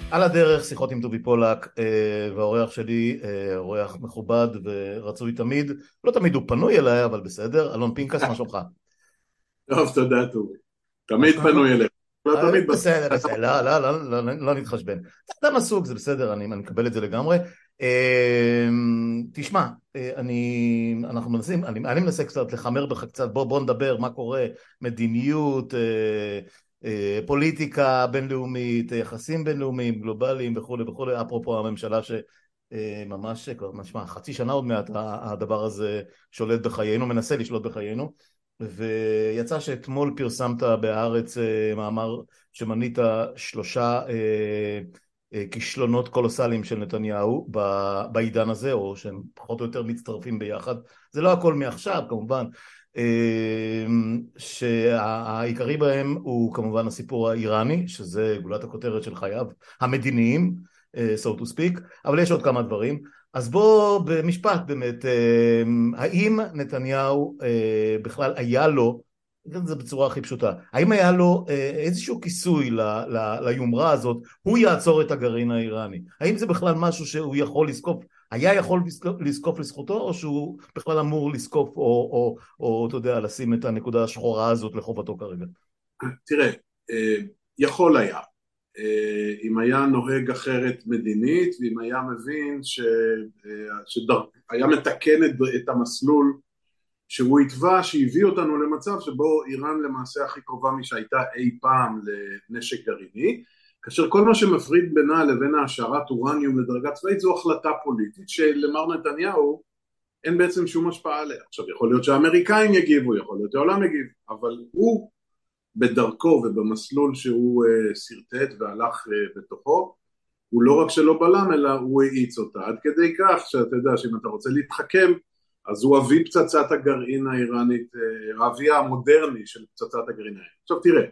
על הדרך, שיחות עם טובי פולק, והאורח שלי, אורח מכובד ורצוי תמיד, לא תמיד הוא פנוי אליי, אבל בסדר, אלון פינקס, מה שלומך? טוב, תודה, טובי. מה תמיד שלומך? פנו אליך. לא תמיד בסדר, בסדר, לא, לא, לא, לא, לא נתחשבן. אתה אדם עסוק, זה בסדר, אני מקבל את זה לגמרי. תשמע, אנחנו מנסים, אני מנסה קצת לחמר בך קצת, בוא נדבר מה קורה, מדיניות, פוליטיקה בינלאומית, יחסים בינלאומיים, גלובליים וכו' וכו', אפרופו הממשלה שממש כבר, משמע, חצי שנה עוד מעט הדבר הזה שולט בחיינו, מנסה לשלוט בחיינו. ויצא שאתמול פרסמת בהארץ מאמר שמנית שלושה כישלונות קולוסליים של נתניהו בעידן הזה, או שהם פחות או יותר מצטרפים ביחד. זה לא הכל מעכשיו כמובן, שהעיקרי בהם הוא כמובן הסיפור האיראני, שזה גולת הכותרת של חייו המדיניים, so to speak, אבל יש עוד כמה דברים. אז בוא במשפט באמת, האם נתניהו בכלל היה לו, זה בצורה הכי פשוטה, האם היה לו איזשהו כיסוי ליומרה הזאת, הוא יעצור את הגרעין האיראני? האם זה בכלל משהו שהוא יכול לזקוף, היה יכול לזקוף לזכותו, או שהוא בכלל אמור לזקוף, או אתה יודע, לשים את הנקודה השחורה הזאת לחובתו כרגע? תראה, יכול היה. אם היה נוהג אחרת מדינית, ואם היה מבין שהיה מתקן את המסלול שהוא התווה, שהביא אותנו למצב שבו איראן למעשה הכי קרובה משהייתה אי פעם לנשק גרעיני, כאשר כל מה שמפריד בינה לבין העשרת אורניום לדרגה צבאית זו החלטה פוליטית שלמר נתניהו אין בעצם שום השפעה עליה. עכשיו יכול להיות שהאמריקאים יגיבו, יכול להיות שהעולם יגיב, אבל הוא בדרכו ובמסלול שהוא סרטט והלך בתוכו, הוא לא רק שלא בלם אלא הוא האיץ אותה, עד כדי כך שאתה יודע שאם אתה רוצה להתחכם אז הוא אבי פצצת הגרעין האיראנית, האבי המודרני של פצצת הגרעין האיראנית. עכשיו תראה,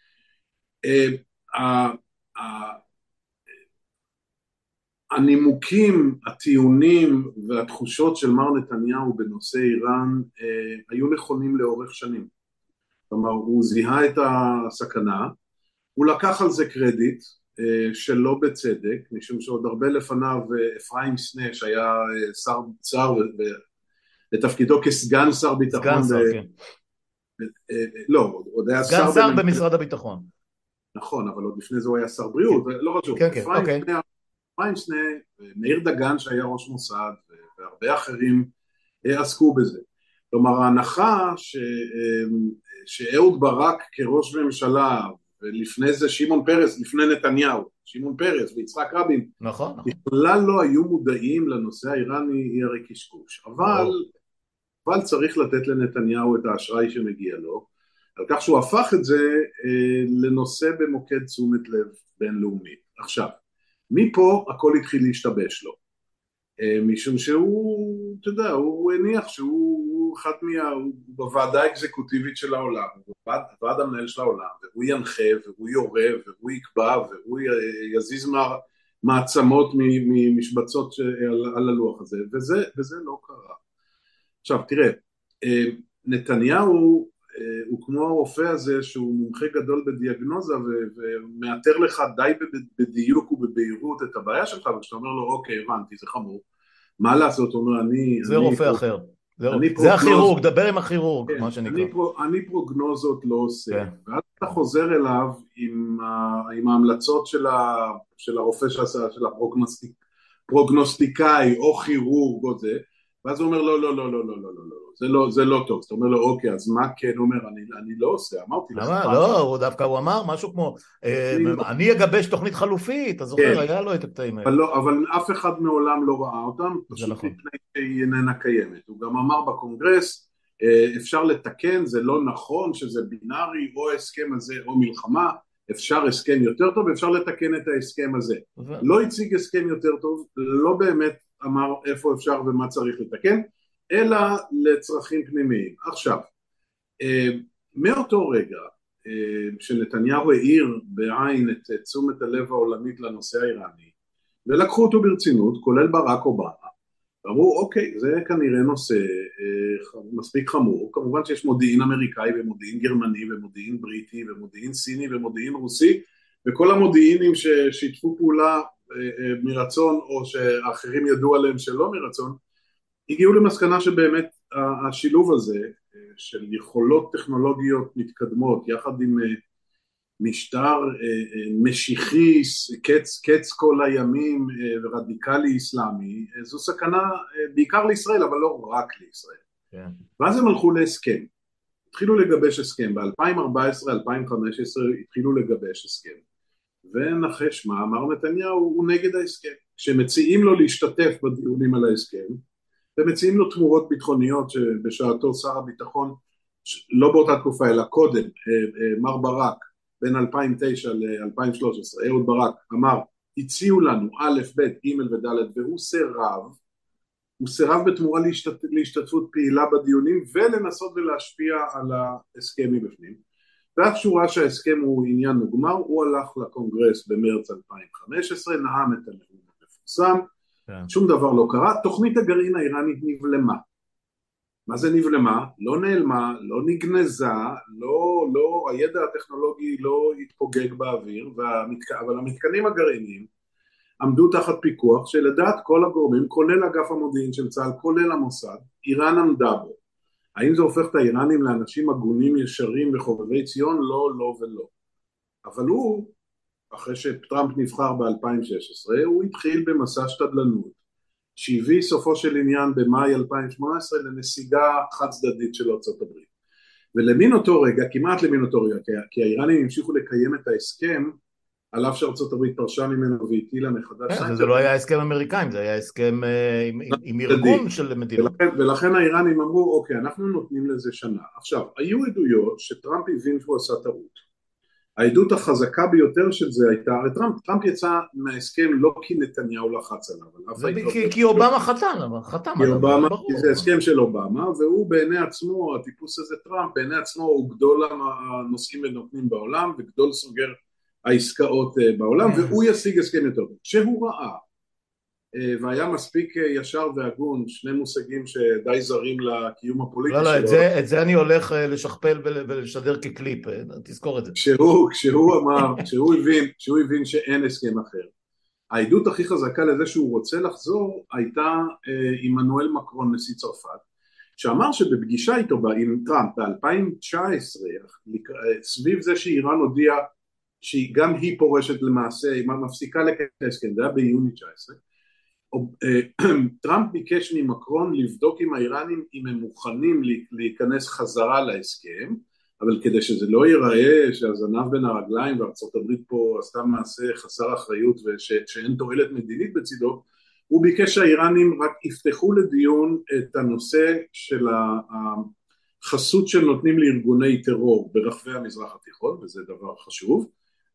הנימוקים, הטיעונים והתחושות של מר נתניהו בנושא איראן היו נכונים לאורך שנים. כלומר, הוא זיהה את הסכנה, הוא לקח על זה קרדיט שלא בצדק, משום שעוד הרבה לפניו אפרים סנה שהיה שר לתפקידו כסגן שר סגן ביטחון, שר, כן. לא, עוד היה סגן שר שר בממשלת, במשרד הביטחון. נכון, אבל עוד לפני זה הוא היה שר כן, בריאות, לא חשוב, כן, כן, אוקיי. אפרים סנה, מאיר דגן שהיה ראש מוסד, והרבה אחרים עסקו בזה. כלומר, ההנחה שאהוד ברק כראש ממשלה, ולפני זה שמעון פרס, לפני נתניהו, שמעון פרס ויצחק רבין, נכון, נכון, בכלל לא היו מודעים לנושא האיראני, היא הרי קשקוש. ברור. אבל צריך לתת לנתניהו את האשראי שמגיע לו, על כך שהוא הפך את זה לנושא במוקד תשומת לב בינלאומית. עכשיו, מפה הכל התחיל להשתבש לו. משום שהוא, אתה יודע, הוא הניח שהוא אחד הוא בוועדה האקזקוטיבית של העולם, הוא בוועד המנהל של העולם, והוא ינחה, והוא יורה, והוא יקבע, והוא יזיז מעצמות ממשבצות על הלוח הזה, וזה לא קרה. עכשיו, תראה, נתניהו הוא כמו הרופא הזה שהוא מומחה גדול בדיאגנוזה ומאתר לך די בדיוק ובבהירות את הבעיה שלך, וכשאתה אומר לו, אוקיי, הבנתי, זה חמור, מה לעשות? הוא אומר, זה רופא אחר. אני זה פרוגנוז, החירורג, דבר עם החירורג, כן, מה שנקרא. אני פרוגנוזות לא עושה, כן. ואז אתה חוזר אליו עם ההמלצות של הרופא של הפרוגנוסטיקאי או כירורג או זה, ואז הוא אומר לא, לא, לא, לא, לא, לא, לא, זה לא טוב. אז אתה אומר לו, אוקיי, אז מה כן? הוא אומר, אני לא עושה, אמרתי לך למה? פעם. לא, הוא אמר משהו כמו, אני לא, אני אגבש תוכנית חלופית, אתה זוכר, כן, היה לו את הקטעים האלה. אבל אף אחד מעולם לא ראה אותם, זה פשוט נכון. מפני שהיא איננה קיימת. הוא גם אמר בקונגרס, אפשר לתקן, זה לא נכון שזה בינארי, או הסכם הזה או מלחמה, אפשר הסכם יותר טוב, אפשר לתקן את ההסכם הזה. לא הציג הסכם יותר טוב, לא באמת אמר איפה אפשר ומה צריך לתקן, אלא לצרכים פנימיים. עכשיו, מאותו רגע שנתניהו העיר בעין את תשומת הלב העולמית לנושא האיראני, ולקחו אותו ברצינות, כולל ברק אובמה, ואמרו, אוקיי, זה כנראה נושא מספיק חמור, כמובן שיש מודיעין אמריקאי ומודיעין גרמני ומודיעין בריטי ומודיעין סיני ומודיעין רוסי, וכל המודיעינים ששיתפו פעולה מרצון, או שאחרים ידעו עליהם שלא מרצון, הגיעו למסקנה שבאמת השילוב הזה של יכולות טכנולוגיות מתקדמות יחד עם משטר משיחי, קץ כל הימים ורדיקלי אסלאמי, זו סכנה בעיקר לישראל, אבל לא רק לישראל. כן. ואז הם הלכו להסכם, התחילו לגבש הסכם, ב-2014-2015 התחילו לגבש הסכם, ונחש מה, אמר נתניהו, הוא נגד ההסכם. כשמציעים לו להשתתף בדיונים על ההסכם, ומציעים לו תמורות ביטחוניות שבשעתו שר הביטחון, לא באותה תקופה אלא קודם, מר ברק, בין 2009 ל-2013, אהוד ברק אמר, הציעו לנו א', ב', ג' וד', והוא סירב בתמורה להשתתפות פעילה בדיונים, ולנסות ולהשפיע על ההסכם מבפנים. ואף שהוא ראה שההסכם הוא עניין מוגמר, הוא הלך לקונגרס במרץ 2015, נאם את הנאום המפורסם, שום דבר לא קרה, תוכנית הגרעין האיראנית נבלמה. מה זה נבלמה? לא נעלמה, לא נגנזה, הידע הטכנולוגי לא התפוגג באוויר, אבל המתקנים הגרעיניים עמדו תחת פיקוח שלדעת כל הגורמים, כולל אגף המודיעין של צה"ל, כולל המוסד, איראן עמדה בו. האם זה הופך את האיראנים לאנשים הגונים, ישרים וחובבי ציון? לא, לא ולא. אבל הוא, אחרי שטראמפ נבחר ב-2016, הוא התחיל במסע שתדלנות, שהביא סופו של עניין במאי 2018 לנסיגה חד צדדית של ארצות הברית. ולמין אותו רגע, כמעט למין אותו רגע, כי האיראנים המשיכו לקיים את ההסכם, על אף שארצות הברית פרשה ממנו והטילה מחדש סנקציות. זה לא היה הסכם אמריקאים, זה היה הסכם עם ארגון של מדינות. ולכן האיראנים אמרו, אוקיי, אנחנו נותנים לזה שנה. עכשיו, היו עדויות שטראמפ הבין שהוא עשה טעות. העדות החזקה ביותר של זה הייתה, הרי טראמפ יצא מההסכם לא כי נתניהו לחץ עליו. זה כי אובמה חתם עליו. כי זה הסכם של אובמה, והוא בעיני עצמו, הטיפוס הזה טראמפ, בעיני עצמו הוא גדול הנושאים ונותנים בעולם, וגדול סוגר העסקאות בעולם, והוא ישיג הסכם יותר. כשהוא ראה, והיה מספיק ישר והגון, שני מושגים שדי זרים לקיום הפוליטי שלו. לא, את זה אני הולך לשכפל ולשדר כקליפ, תזכור את זה. כשהוא הבין שאין הסכם אחר. העדות הכי חזקה לזה שהוא רוצה לחזור, הייתה עמנואל מקרון, נשיא צרפת, שאמר שבפגישה איתו עם טראמפ ב-2019, סביב זה שאיראן הודיעה, שגם היא פורשת למעשה, היא מפסיקה לקיים הסכם, זה היה ביוני 19, טראמפ ביקש ממקרון לבדוק עם האיראנים אם הם מוכנים להיכנס חזרה להסכם, אבל כדי שזה לא ייראה שהזנב בין הרגליים וארצות הברית פה עשתה מעשה חסר אחריות ושאין תועלת מדינית בצידו, הוא ביקש שהאיראנים רק יפתחו לדיון את הנושא של החסות שנותנים לארגוני טרור ברחבי המזרח התיכון, וזה דבר חשוב,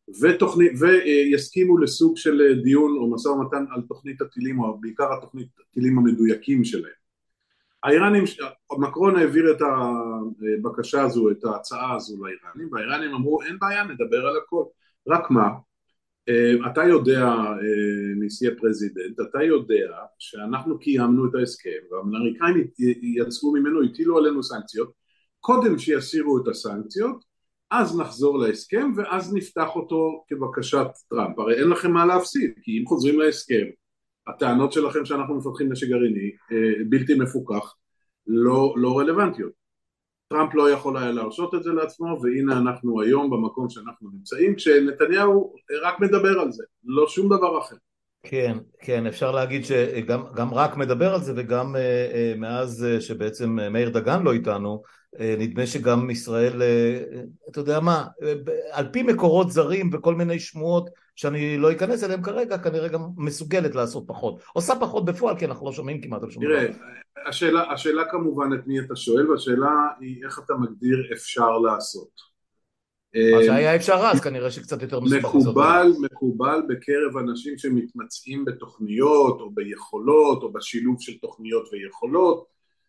ויסכימו לסוג של דיון או משא ומתן על תוכנית הטילים, או בעיקר התוכנית הטילים המדויקים שלהם. האיראנים, מקרון העביר את הבקשה הזו, את ההצעה הזו לאיראנים, והאיראנים אמרו אין בעיה, נדבר על הכל. רק מה, אתה יודע, נשיא הפרזידנט, אתה יודע שאנחנו קיימנו את ההסכם, והאמריקאים יצאו ממנו, הטילו עלינו סנקציות, קודם שיסירו את הסנקציות, אז נחזור להסכם, ואז נפתח אותו כבקשת טראמפ. הרי אין לכם מה להפסיד, כי אם חוזרים להסכם, הטענות שלכם שאנחנו מפתחים נשק גרעיני, בלתי מפוקח, לא רלוונטיות. טראמפ לא יכול היה להרשות את זה לעצמו, והנה אנחנו היום במקום שאנחנו נמצאים, כשנתניהו רק מדבר על זה, לא שום דבר אחר. כן, כן, אפשר להגיד שגם רק מדבר על זה, וגם מאז שבעצם מאיר דגן לא איתנו, נדמה שגם ישראל, אתה יודע מה, על פי מקורות זרים וכל מיני שמועות שאני לא אכנס אליהם כרגע, כנראה גם מסוגלת לעשות פחות. עושה פחות בפועל, כי אנחנו לא שומעים כמעט על שום דבר. תראה, השאלה כמובן את מי אתה שואל, והשאלה היא איך אתה מגדיר אפשר לעשות. מה שהיה אפשר אז, כנראה שקצת יותר מסובך. מקובל בקרב אנשים שמתמצאים בתוכניות או ביכולות או בשילוב של תוכניות ויכולות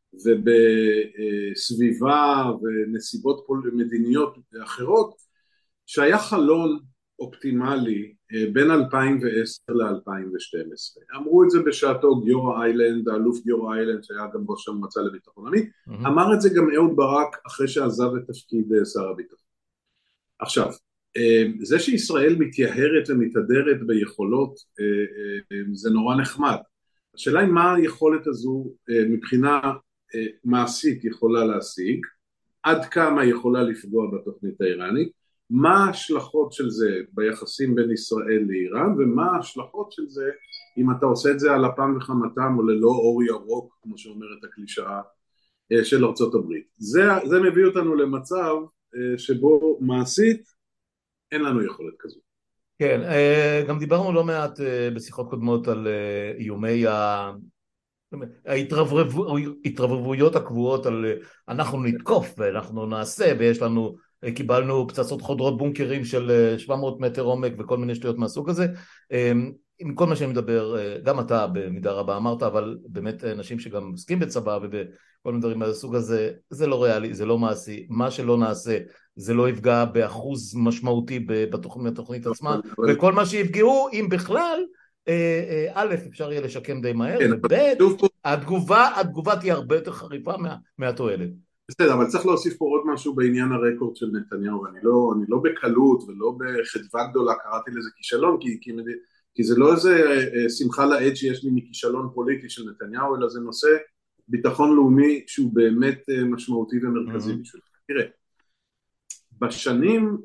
ובסביבה ונסיבות מדיניות אחרות, שהיה חלון אופטימלי בין 2010 ל-2012. אמרו את זה בשעתו גיורא איילנד, האלוף גיורא איילנד שהיה גם ראש המועצה לביטחון לאומי, אמר את זה גם אהוד ברק אחרי שעזב את תפקיד שר הביטחון. עכשיו, זה שישראל מתייהרת ומתהדרת ביכולות זה נורא נחמד. השאלה היא מה היכולת הזו מבחינה מעשית יכולה להשיג, עד כמה היא יכולה לפגוע בתוכנית האיראנית, מה ההשלכות של זה ביחסים בין ישראל לאיראן, ומה ההשלכות של זה אם אתה עושה את זה על אפם וחמתם או ללא אור ירוק, כמו שאומרת הקלישאה של ארצות הברית. זה מביא אותנו למצב שבו מעשית אין לנו יכולת כזו. כן, גם דיברנו לא מעט בשיחות קודמות על איומי ההתרברבויות הקבועות על אנחנו נתקוף ואנחנו נעשה ויש לנו, קיבלנו פצצות חודרות בונקרים של 700 מטר עומק וכל מיני שטויות מהסוג הזה. עם כל מה שאני מדבר, גם אתה במידה רבה אמרת, אבל באמת אנשים שגם עוסקים בצבא ובכל מיני דברים מהסוג הזה, זה לא ריאלי, זה לא מעשי, מה שלא נעשה זה לא יפגע באחוז משמעותי בתוכנית עצמה, וכל מה שיפגעו, אם בכלל, א', אפשר יהיה לשקם די מהר, וב', התגובה תהיה הרבה יותר חריפה מהתועלת. בסדר, אבל צריך להוסיף פה עוד משהו בעניין הרקורד של נתניהו, אני לא בקלות ולא בחדווה גדולה קראתי לזה כישלון, כי זה לא איזה שמחה לעד שיש לי מכישלון פוליטי של נתניהו, אלא זה נושא ביטחון לאומי שהוא באמת משמעותי ומרכזי בשביל. תראה, בשנים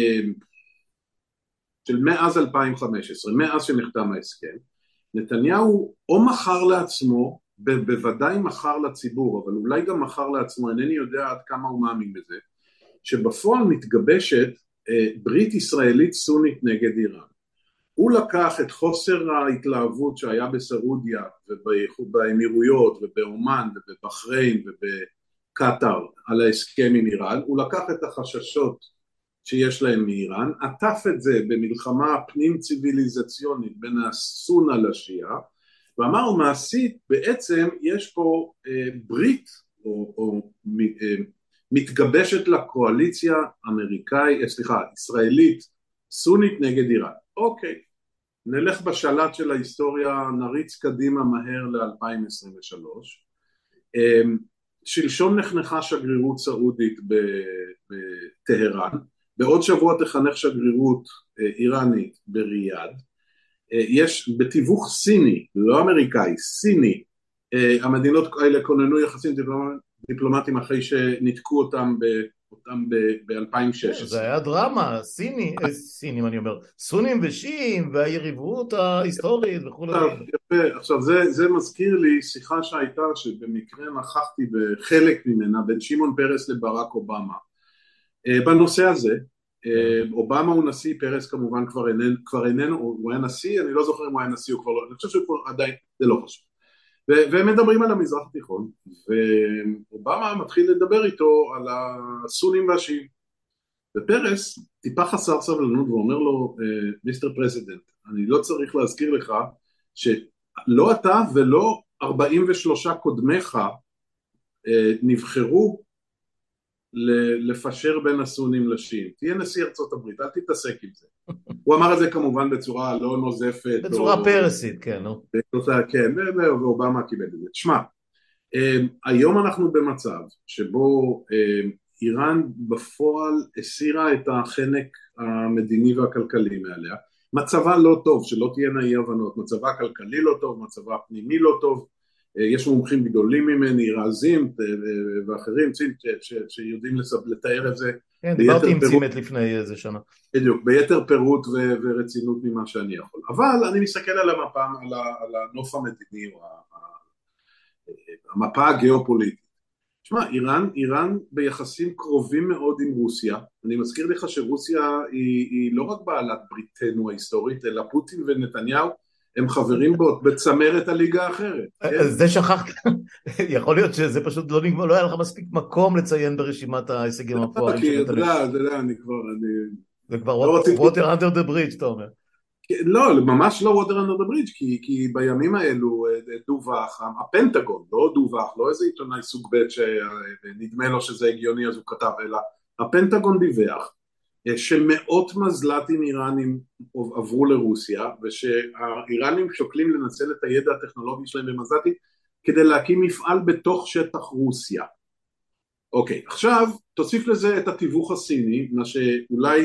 של מאז 2015, מאז שנחתם ההסכם, נתניהו או מכר לעצמו, בוודאי מכר לציבור, אבל אולי גם מכר לעצמו, אינני יודע עד כמה הוא מאמין בזה, שבפועל מתגבשת ברית ישראלית סונית נגד איראן. הוא לקח את חוסר ההתלהבות שהיה בסעודיה ובאמירויות ובאומן ובבחריין ובקטר על ההסכם עם איראן, הוא לקח את החששות שיש להם מאיראן, עטף את זה במלחמה פנים ציוויליזציונית בין הסונה לשיעה, ואמר מעשית בעצם יש פה ברית או מתגבשת לקואליציה ישראלית סונית נגד איראן. אוקיי, נלך בשלט של ההיסטוריה, נריץ קדימה מהר ל-2023. שלשום נחנכה שגרירות סעודית בטהרן, בעוד שבוע תחנך שגרירות איראנית בריאד, יש בתיווך סיני, לא אמריקאי, סיני, המדינות האלה כוננו יחסים דיפלומטיים אחרי שניתקו אותם ב-2016. זה היה דרמה, סינים אני אומר, סונים ושיעים והיריבות ההיסטורית וכו'. יפה, עכשיו זה מזכיר לי שיחה שהייתה שבמקרה נכחתי בחלק ממנה בין שמעון פרס לברק אובמה בנושא הזה. אובמה הוא נשיא, פרס כמובן כבר איננו, הוא היה נשיא, אני לא זוכר אם הוא היה נשיא, הוא כבר לא, אני חושב שהוא כבר עדיין, זה לא חשוב. והם מדברים על המזרח התיכון, ואובמה מתחיל לדבר איתו על הסונים והשיעים, ופרס טיפה חסר סבלנות ואומר לו, מיסטר פרזידנט, אני לא צריך להזכיר לך שלא אתה ולא 43 קודמיך נבחרו לפשר בין הסונים לשיעים, תהיה נשיא ארצות הברית, אל תתעסק עם זה. הוא אמר את זה כמובן בצורה לא נוזפת, בצורה פרסית, כן, נו. כן, ואובמה קיבל את זה. תשמע, היום אנחנו במצב שבו איראן בפועל הסירה את החנק המדיני והכלכלי מעליה, מצבה לא טוב, שלא תהיינה אי הבנות, מצבה הכלכלי לא טוב, מצבה הפנימי לא טוב, יש מומחים גדולים ממני, רזים ואחרים, שיודעים לתאר את זה. כן, דיברתי עם צימת לפני איזה שנה. בדיוק, ביתר פירוט ורצינות ממה שאני יכול. אבל אני מסתכל על המפה, על הנוף המדיני, או המפה הגיאופוליטית. תשמע, איראן ביחסים קרובים מאוד עם רוסיה. אני מזכיר לך שרוסיה היא לא רק בעלת בריתנו ההיסטורית, אלא פוטין ונתניהו, הם חברים בצמרת הליגה האחרת. זה שכחת, יכול להיות שזה פשוט לא נגמר, לא היה לך מספיק מקום לציין ברשימת ההישגים המפוארים. כי אתה יודע, אני כבר... זה כבר water under the bridge, אתה אומר. לא, ממש לא water under the bridge, כי בימים האלו דווח, הפנטגון, לא דווח, לא איזה עיתונאי סוג ב' שנדמה לו שזה הגיוני אז הוא כתב, אלא הפנטגון דיווח, שמאות מזל"טים איראנים עברו לרוסיה, ושהאיראנים שוקלים לנצל את הידע הטכנולוגי שלהם במזל"טים, כדי להקים מפעל בתוך שטח רוסיה. אוקיי, עכשיו תוסיף לזה את התיווך הסיני, מה שאולי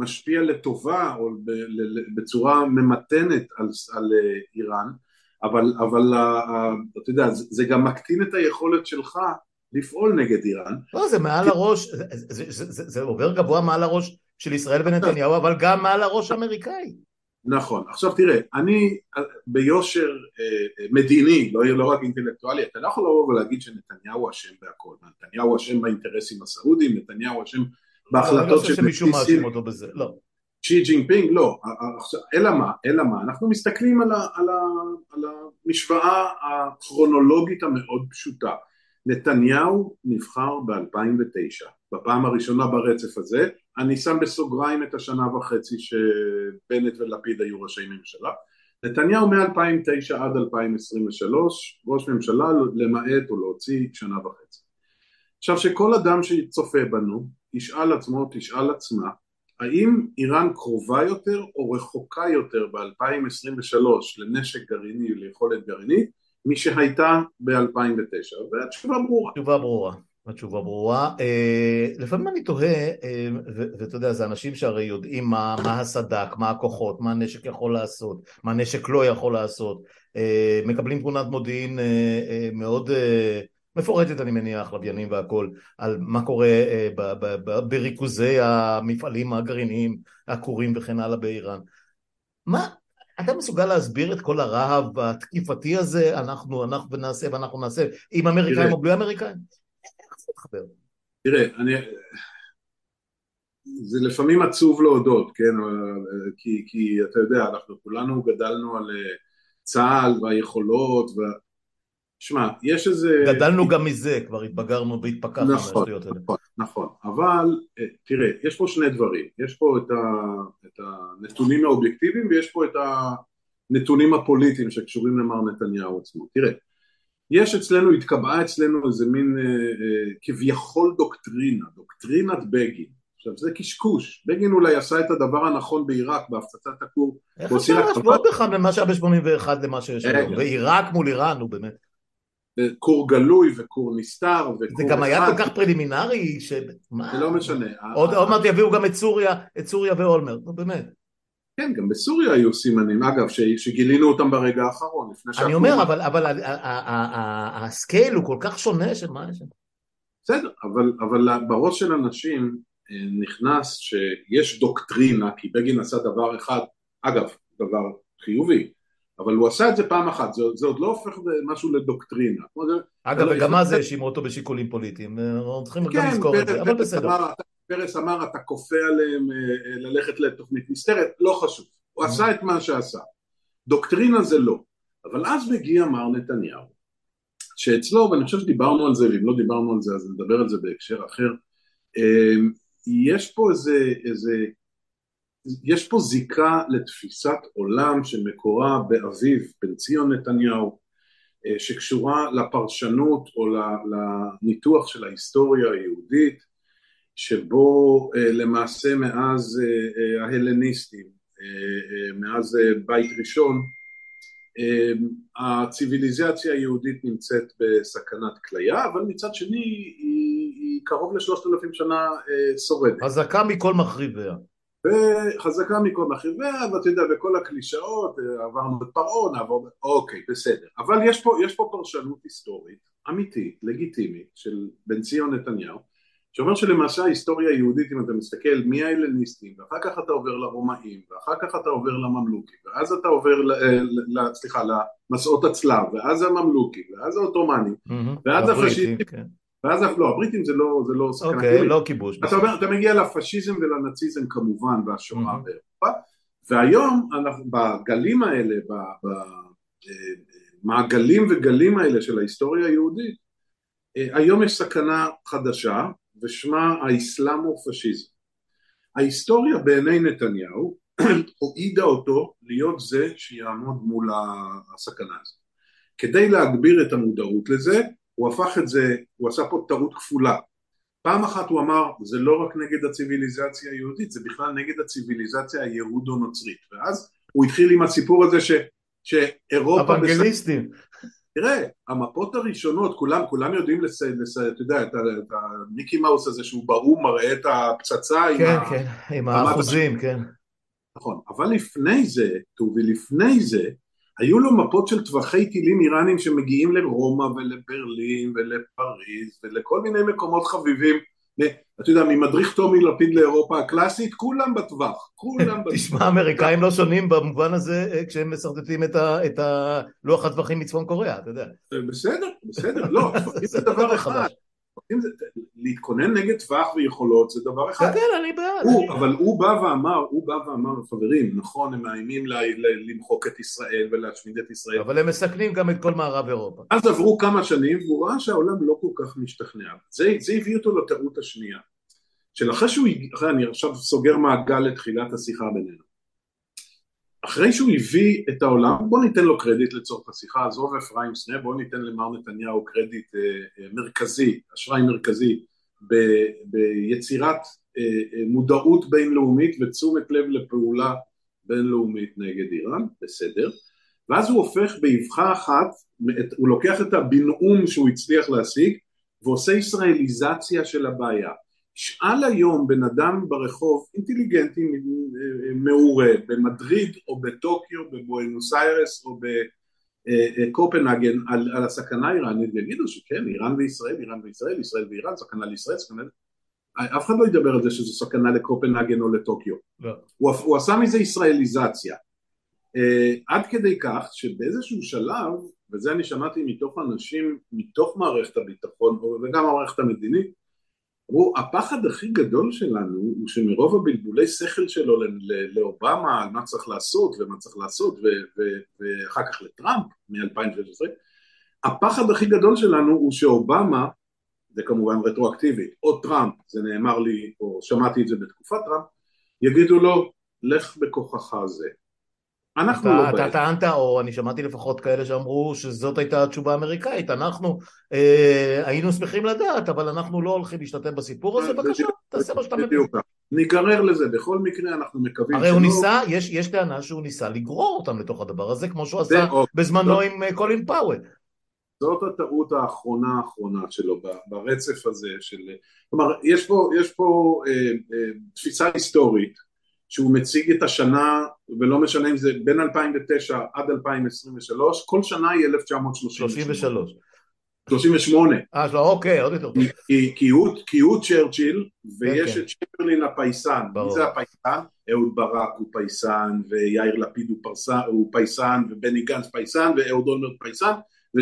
משפיע לטובה או בצורה ממתנת על איראן, אבל אתה יודע, זה גם מקטין את היכולת שלך לפעול נגד איראן. לא, זה מעל הראש, זה עובר גבוה מעל הראש של ישראל ונתניהו, אבל גם מעל הראש האמריקאי. נכון, עכשיו תראה, אני ביושר מדיני, לא רק אינטלקטואלי, אתה לא יכול לבוא ולהגיד שנתניהו אשם בהכל, נתניהו אשם באינטרסים הסעודיים, נתניהו אשם לא, אני לא בהחלטות חושב של שמישהו נשיא סין, מאשים אותו בזה, לא. שי ג'ינפינג, לא, אלא מה, אנחנו מסתכלים על המשוואה הכרונולוגית המאוד פשוטה, נתניהו נבחר ב-2009, בפעם הראשונה ברצף הזה, אני שם בסוגריים את השנה וחצי שבנט ולפיד היו ראשי ממשלה, נתניהו מ-2009 עד 2023, ראש ממשלה למעט או להוציא שנה וחצי. עכשיו שכל אדם שצופה בנו, ישאל עצמו, תשאל עצמה, האם איראן קרובה יותר או רחוקה יותר ב-2023 לנשק גרעיני וליכולת גרעינית משהייתה ב-2009? והתשובה ברורה. התשובה ברורה. התשובה ברורה. לפעמים אני תוהה, ואתה יודע, זה אנשים שהרי יודעים מה הסדק, מה הכוחות, מה הנשק יכול לעשות, מה הנשק לא יכול לעשות, מקבלים תמונת מודיעין מאוד מפורטת, אני מניח, לוויינים והכל, על מה קורה בריכוזי המפעלים הגרעיניים, הכורים וכן הלאה באיראן. מה, אתה מסוגל להסביר את כל הרהב התקיפתי הזה, אנחנו נעשה ואנחנו נעשה, עם אמריקאים תראה, או בלי אמריקאים? איך זה מתחבר? תראה, זה לפעמים עצוב להודות, כן? כי אתה יודע, אנחנו כולנו גדלנו על צה"ל והיכולות, שמע, יש איזה... גדלנו גם מזה, כבר התבגרנו והתפכחנו נכון, מהשטויות האלה. נכון, נכון, אבל תראה, יש פה שני דברים, יש פה את הנתונים האובייקטיביים ויש פה את הנתונים הפוליטיים שקשורים למר נתניהו עצמו. תראה, יש אצלנו, התקבעה אצלנו איזה מין כביכול דוקטרינת בגין. עכשיו זה קשקוש, בגין אולי עשה את הדבר הנכון בעיראק בהפצצת הכור. איך אפשר להשוות בכלל ממה שהיה ב-81 למה שיש היום? רגע, בעיראק מול איראן, הוא באמת. כור גלוי וכור נסתר זה וכור גם היה אחד, כל כך פרלימינרי, זה לא משנה. עוד מעט יביאו גם את סוריה ואולמרט, נו באמת. כן, גם בסוריה היו סימנים, אגב, שגילינו אותם ברגע האחרון, לפני אני שהכור... אומר, אבל הסקייל הוא כל כך שונה של מה יש. בסדר, אבל בראש של אנשים נכנס שיש דוקטרינה, כי בגין עשה דבר אחד, אגב, דבר חיובי, אבל הוא עשה את זה פעם אחת, זה עוד לא הופך משהו לדוקטרינה. אגב, וגם מה זה האשימו אותו בשיקולים פוליטיים, אנחנו צריכים גם כן, לזכור את זה, אבל בסדר. פרס אמר, אתה כופה עליהם ללכת לתוכנית נסתרת, לא חשוב, הוא עשה את מה שעשה. דוקטרינה זה לא, אבל אז מגיע מר נתניהו, שאצלו, ואני חושב שדיברנו על זה, ואם לא דיברנו על זה, אז נדבר על זה בהקשר אחר, יש פה יש פה זיקה לתפיסת עולם שמקורה באביו, בן ציון נתניהו, שקשורה לפרשנות או לניתוח של ההיסטוריה היהודית, שבו למעשה מאז ההלניסטים, מאז בית ראשון, הציביליזציה היהודית נמצאת בסכנת כליה, אבל מצד שני היא קרוב ל3,000 שנה שורדת. חזקה מכל מחריביה. וחזקה מכל מחריביה, ואתה יודע, בכל הקלישאות, עברנו את פרעה, אוקיי, בסדר. אבל יש פה פרשנות היסטורית, אמיתית, לגיטימית, של בן ציון נתניהו, שאומר שלמעשה ההיסטוריה היהודית, אם אתה מסתכל מההלניסטים, ואחר כך אתה עובר לרומאים, ואחר כך אתה עובר לממלוכים, ואז אתה עובר למסעות הצלב, ואז הממלוכים, ואז העות'מאנים, ואז הפשיזם, ואז לא, הבריטים זה לא סכנה. אוקיי, לא כיבוש. אתה מגיע לפשיזם ולנאציזם כמובן, והשואה באירופה, והיום בגלים האלה, במעגלים וגלים האלה של ההיסטוריה היהודית, היום יש סכנה חדשה, ושמה האסלאמו-פשיזם. ההיסטוריה בעיני נתניהו הועידה אותו להיות זה שיעמוד מול הסכנה הזאת. כדי להגביר את המודעות לזה, הוא הפך את זה, הוא עשה פה טעות כפולה. פעם אחת הוא אמר, זה לא רק נגד הציביליזציה היהודית, זה בכלל נגד הציביליזציה היהודו-נוצרית. ואז הוא התחיל עם הסיפור הזה שאירופה... אוונגליסטים. תראה, המפות הראשונות, כולם יודעים אתה יודע, את המיקי מאוס הזה שהוא באום מראה את הפצצה עם כן, כן, עם רמת האחוזים, כן. נכון, אבל לפני זה, טובי, לפני זה, היו לו מפות של טווחי טילים איראנים שמגיעים לרומא ולברלין ולפריז ולכל מיני מקומות חביבים. אתה יודע, ממדריך טומי לפיד לאירופה הקלאסית, כולם בטווח, כולם תשמע, בטווח. האמריקאים לא שונים במובן הזה כשהם מסרטטים את לוח הטווחים מצפון קוריאה, אתה יודע. בסדר, בסדר, לא, טווחים זה זה לא דבר דבר אחד. חדש. להתכונן נגד טווח ויכולות זה דבר כן, אחד. כן, אני בעד, אני בעד. אבל הוא בא ואמר, חברים, נכון, הם מאיימים למחוק את ישראל ולהשמיד את ישראל. אבל הם מסכנים גם את כל מערב אירופה. אז עברו כמה שנים והוא ראה שהעולם לא כל כך משתכנע. זה הביא אותו לטעות השנייה. אחרי אני עכשיו סוגר מעגל לתחילת השיחה בינינו. אחרי שהוא הביא את העולם, בוא ניתן לו קרדיט לצורך השיחה, עזוב אפרים סנה, בוא ניתן למר נתניהו קרדיט מרכזי, אשראי מרכזי, ביצירת מודעות בינלאומית ותשומת לב לפעולה בינלאומית נגד איראן, בסדר, ואז הוא הופך באבחה אחת, הוא לוקח את הבינאום שהוא הצליח להשיג, ועושה ישראליזציה של הבעיה. שאל היום בן אדם ברחוב אינטליגנטי מעורה במדריד או בטוקיו, בבואנוס איירס או בקופנהגן על הסכנה האיראנית, ויגידו שכן, איראן וישראל, איראן וישראל, ישראל ואיראן, סכנה לישראל, סכנה... אף אחד לא ידבר על זה שזו סכנה לקופנהגן או לטוקיו. לא. הוא עשה מזה ישראליזציה. עד כדי כך שבאיזשהו שלב, וזה אני שמעתי מתוך אנשים, מתוך מערכת הביטחון וגם המערכת המדינית, הפחד הכי גדול שלנו הוא שמרוב הבלבולי שכל שלו לאובמה על מה צריך לעשות ומה צריך לעשות ואחר כך לטראמפ מ-2016, הפחד הכי גדול שלנו הוא שאובמה, זה כמובן רטרואקטיבית, או טראמפ, זה נאמר לי או שמעתי את זה בתקופת טראמפ, יגידו לו לך בכוחך זה. אנחנו לא אתה טענת, או אני שמעתי לפחות כאלה שאמרו שזאת הייתה התשובה האמריקאית, אנחנו היינו שמחים לדעת, אבל אנחנו לא הולכים להשתתף בסיפור הזה, בבקשה, תעשה מה שאתה מבין. ניגרר לזה, בכל מקרה אנחנו מקווים הרי הוא ניסה, יש טענה שהוא ניסה לגרור אותם לתוך הדבר הזה, כמו שהוא עשה בזמנו עם קולין פאוול. זאת הטעות האחרונה שלו ברצף הזה של, כלומר יש פה תפיסה היסטורית שהוא מציג את השנה, ולא משנה אם זה בין 2009 עד 2023, כל שנה היא 1933. 38. אוקיי, עוד יותר טוב. כי הוא צ'רצ'יל, ויש את צ'מברלין הפייסן. מי זה הפייסן? אהוד ברק הוא פייסן, ויאיר לפיד הוא פייסן, ובני גנץ פייסן, ואהוד אולמרט פייסן,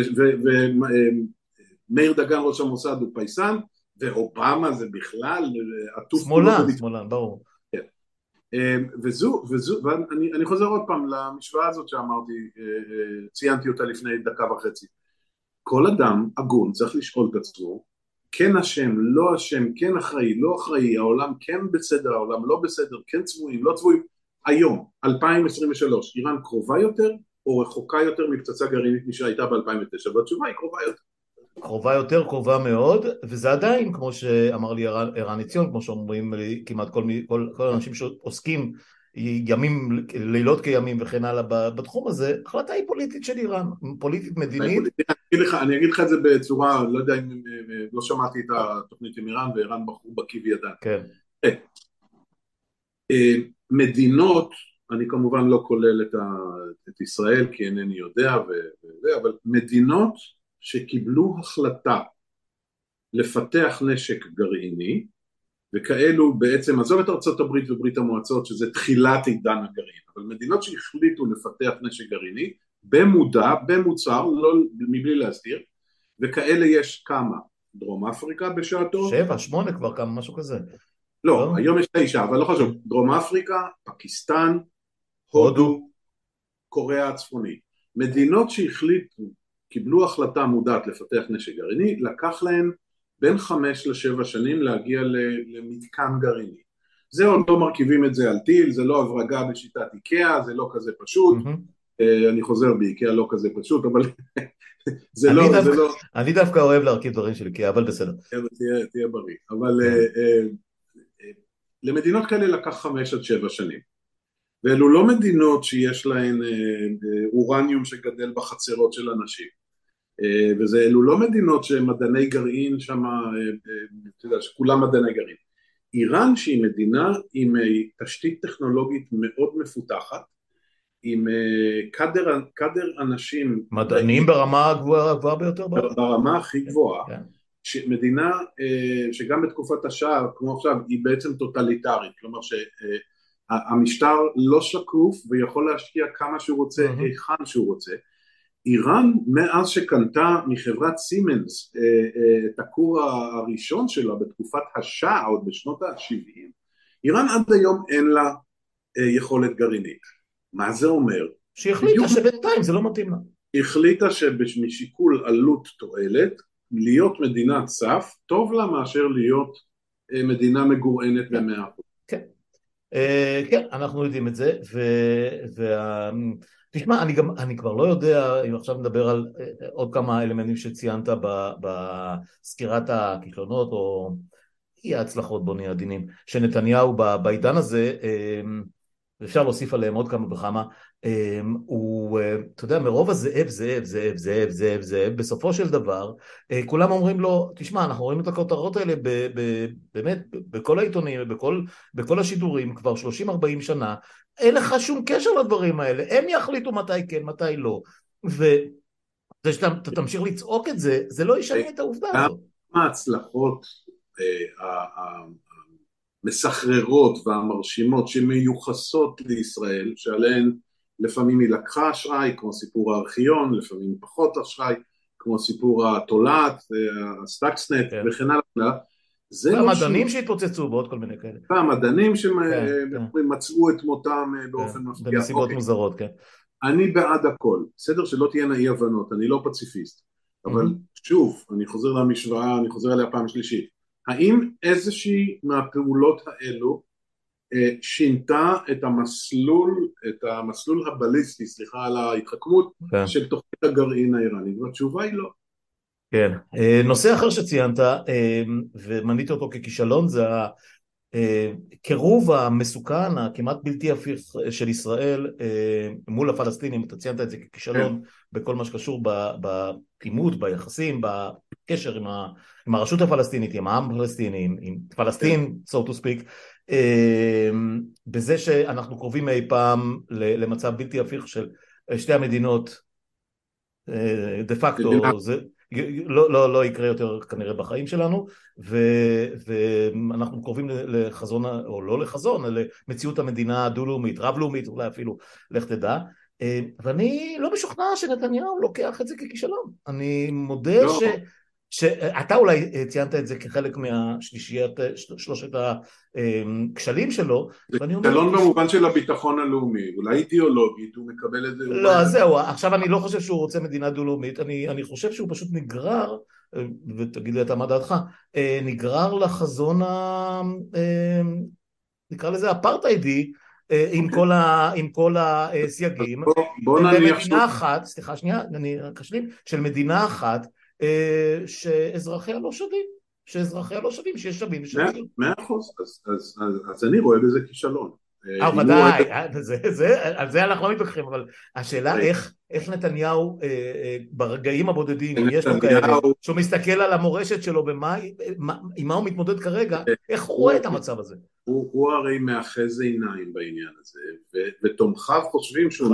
ומאיר דגן ראש המוסד הוא פייסן, ואובמה זה בכלל שמאלן, ברור. ואני חוזר עוד פעם למשוואה הזאת שאמרתי, ציינתי אותה לפני דקה וחצי. כל אדם הגון צריך לשאול את עצמו, כן אשם, לא אשם, כן אחראי, לא אחראי, העולם כן בסדר, העולם לא בסדר, כן צבועים, לא צבועים. היום, 2023, איראן קרובה יותר או רחוקה יותר מפצצה גרעינית משהייתה ב-2009? והתשובה היא קרובה יותר. קרובה יותר, קרובה מאוד, וזה עדיין, כמו שאמר לי ערן עציון, כמו שאומרים לי כמעט כל האנשים שעוסקים ימים, לילות כימים וכן הלאה בתחום הזה, החלטה היא פוליטית של איראן, פוליטית מדינית. אני אגיד לך את זה בצורה, לא יודע אם לא שמעתי את התוכנית עם איראן, ואיראן בחרו בקי וידן. כן. מדינות, אני כמובן לא כולל את ישראל, כי אינני יודע, אבל מדינות שקיבלו החלטה לפתח נשק גרעיני, וכאלו בעצם, עזוב את ארצות הברית וברית המועצות, שזה תחילת עידן הגרעין, אבל מדינות שהחליטו לפתח נשק גרעיני, במודע, במוצר, לא, מבלי להסתיר, וכאלה יש כמה? דרום אפריקה בשעתו? 7, 8 כבר כמה, משהו כזה. לא, היום יש 9, אבל לא חשוב, דרום אפריקה, פקיסטן, הודו, קוריאה הצפונית. מדינות שהחליטו, קיבלו החלטה מודעת לפתח נשק גרעיני, לקח להן בין 5 ל7 שנים להגיע למתקן גרעיני. זה עוד לא מרכיבים את זה על טיל, זה לא הברגה בשיטת איקאה, זה לא כזה פשוט, אני חוזר באיקאה לא כזה פשוט, אבל זה לא... אני דווקא אוהב להרכיב דברים של איקאה, אבל בסדר. תהיה בריא, אבל למדינות כאלה לקח 5 עד 7 שנים, ואלו לא מדינות שיש להן אורניום שגדל בחצרות של אנשים, וזה אלו לא מדינות שמדעני גרעין שם, אתה יודע, שכולם מדעני גרעין. איראן שהיא מדינה עם תשתית טכנולוגית מאוד מפותחת, עם קדר אנשים מדענים ברמה הגבוהה ביותר בעולם. ברמה הכי כן, גבוהה, כן. מדינה שגם בתקופת השעה, כמו עכשיו, היא בעצם טוטליטרית, כלומר שהמשטר לא שקוף ויכול להשקיע כמה שהוא רוצה, היכן שהוא רוצה. איראן מאז שקנתה מחברת סימנס את הכור הראשון שלה בתקופת השעה, עוד בשנות ה-70, איראן עד היום אין לה יכולת גרעינית. מה זה אומר? שהחליטה שבינתיים זה לא מתאים לה. החליטה שמשיקול עלות תועלת, להיות מדינת סף, טוב לה מאשר להיות מדינה מגורענת במאה אחוז. כן. כן, אנחנו יודעים את זה, תשמע, אני כבר לא יודע אם עכשיו נדבר על עוד כמה אלמנטים שציינת בסקירת הכישלונות או אי ההצלחות, בוא נהיה עדינים, שנתניהו בעידן הזה, אפשר להוסיף עליהם עוד כמה וכמה, הוא, אתה יודע, מרוב הזאב, זאב, זאב, זאב, זאב, זאב, בסופו של דבר, כולם אומרים לו, תשמע, אנחנו רואים את הכותרות האלה באמת, בכל העיתונים, בכל השידורים, כבר 30-40 שנה, אין לך שום קשר לדברים האלה, הם יחליטו מתי כן, מתי לא, וזה שאתה תמשיך לצעוק את זה, זה לא ישנה את העובדה הזאת. מה ההצלחות המסחררות והמרשימות שמיוחסות לישראל, שעליהן לפעמים היא לקחה אשראי, כמו סיפור הארכיון, לפעמים פחות אשראי, כמו סיפור התולעת, הסטאקסנט וכן הלאה, זה לא והמדענים שהתפוצצו בעוד כל מיני כאלה. והמדענים שמצאו את מותם באופן מפתיע. בנסיבות מוזרות, כן. אני בעד הכל, בסדר שלא תהיינה אי הבנות, אני לא פציפיסט, אבל שוב, אני חוזר למשוואה, אני חוזר אליה פעם שלישית, האם איזושהי מהפעולות האלו שינתה את המסלול הבליסטי, סליחה על ההתחכמות, של תוכנית הגרעין האיראנית? והתשובה היא לא. כן. נושא אחר שציינת, ומניתי אותו ככישלון, זה הקירוב המסוכן, הכמעט בלתי הפיך של ישראל מול הפלסטינים. אתה ציינת את זה ככישלון בכל מה שקשור בעימות, ביחסים, בקשר עם הרשות הפלסטינית, עם העם הפלסטיני, עם פלסטין, so to speak, בזה שאנחנו קרובים אי פעם למצב בלתי הפיך של שתי המדינות, דה פקטו, זה לא יקרה יותר כנראה בחיים שלנו, ואנחנו קרובים לחזון, או לא לחזון, למציאות המדינה דו-לאומית, רב-לאומית, אולי אפילו, לך תדע, ואני לא משוכנע שנתניהו לוקח את זה ככישלון. אני מודה שאתה אולי ציינת את זה כחלק שלושת הכשלים שלו. זה כישלון במובן של הביטחון הלאומי, אולי אידיאולוגית, הוא מקבל את זה. לא, אז זהו, עכשיו אני לא חושב שהוא רוצה מדינה דו-לאומית, אני חושב שהוא פשוט נגרר, ותגיד לי אתה מה דעתך, נגרר לחזון, נקרא לזה אפרטהיידי, עם כל הסייגים, במדינה אחת, סליחה שנייה, אני רק אשלים, של מדינה אחת, שאזרחיה לא שווים, שיש שווים. 100%, אז אני רואה בזה כישלון. ודאי, על זה אנחנו לא מתווכחים, אבל השאלה איך נתניהו ברגעים הבודדים, אם יש לו כאלה, שהוא מסתכל על המורשת שלו, עם מה הוא מתמודד כרגע, איך הוא רואה את המצב הזה? הוא הרי מאחז עיניים בעניין הזה, ותומכיו חושבים שהוא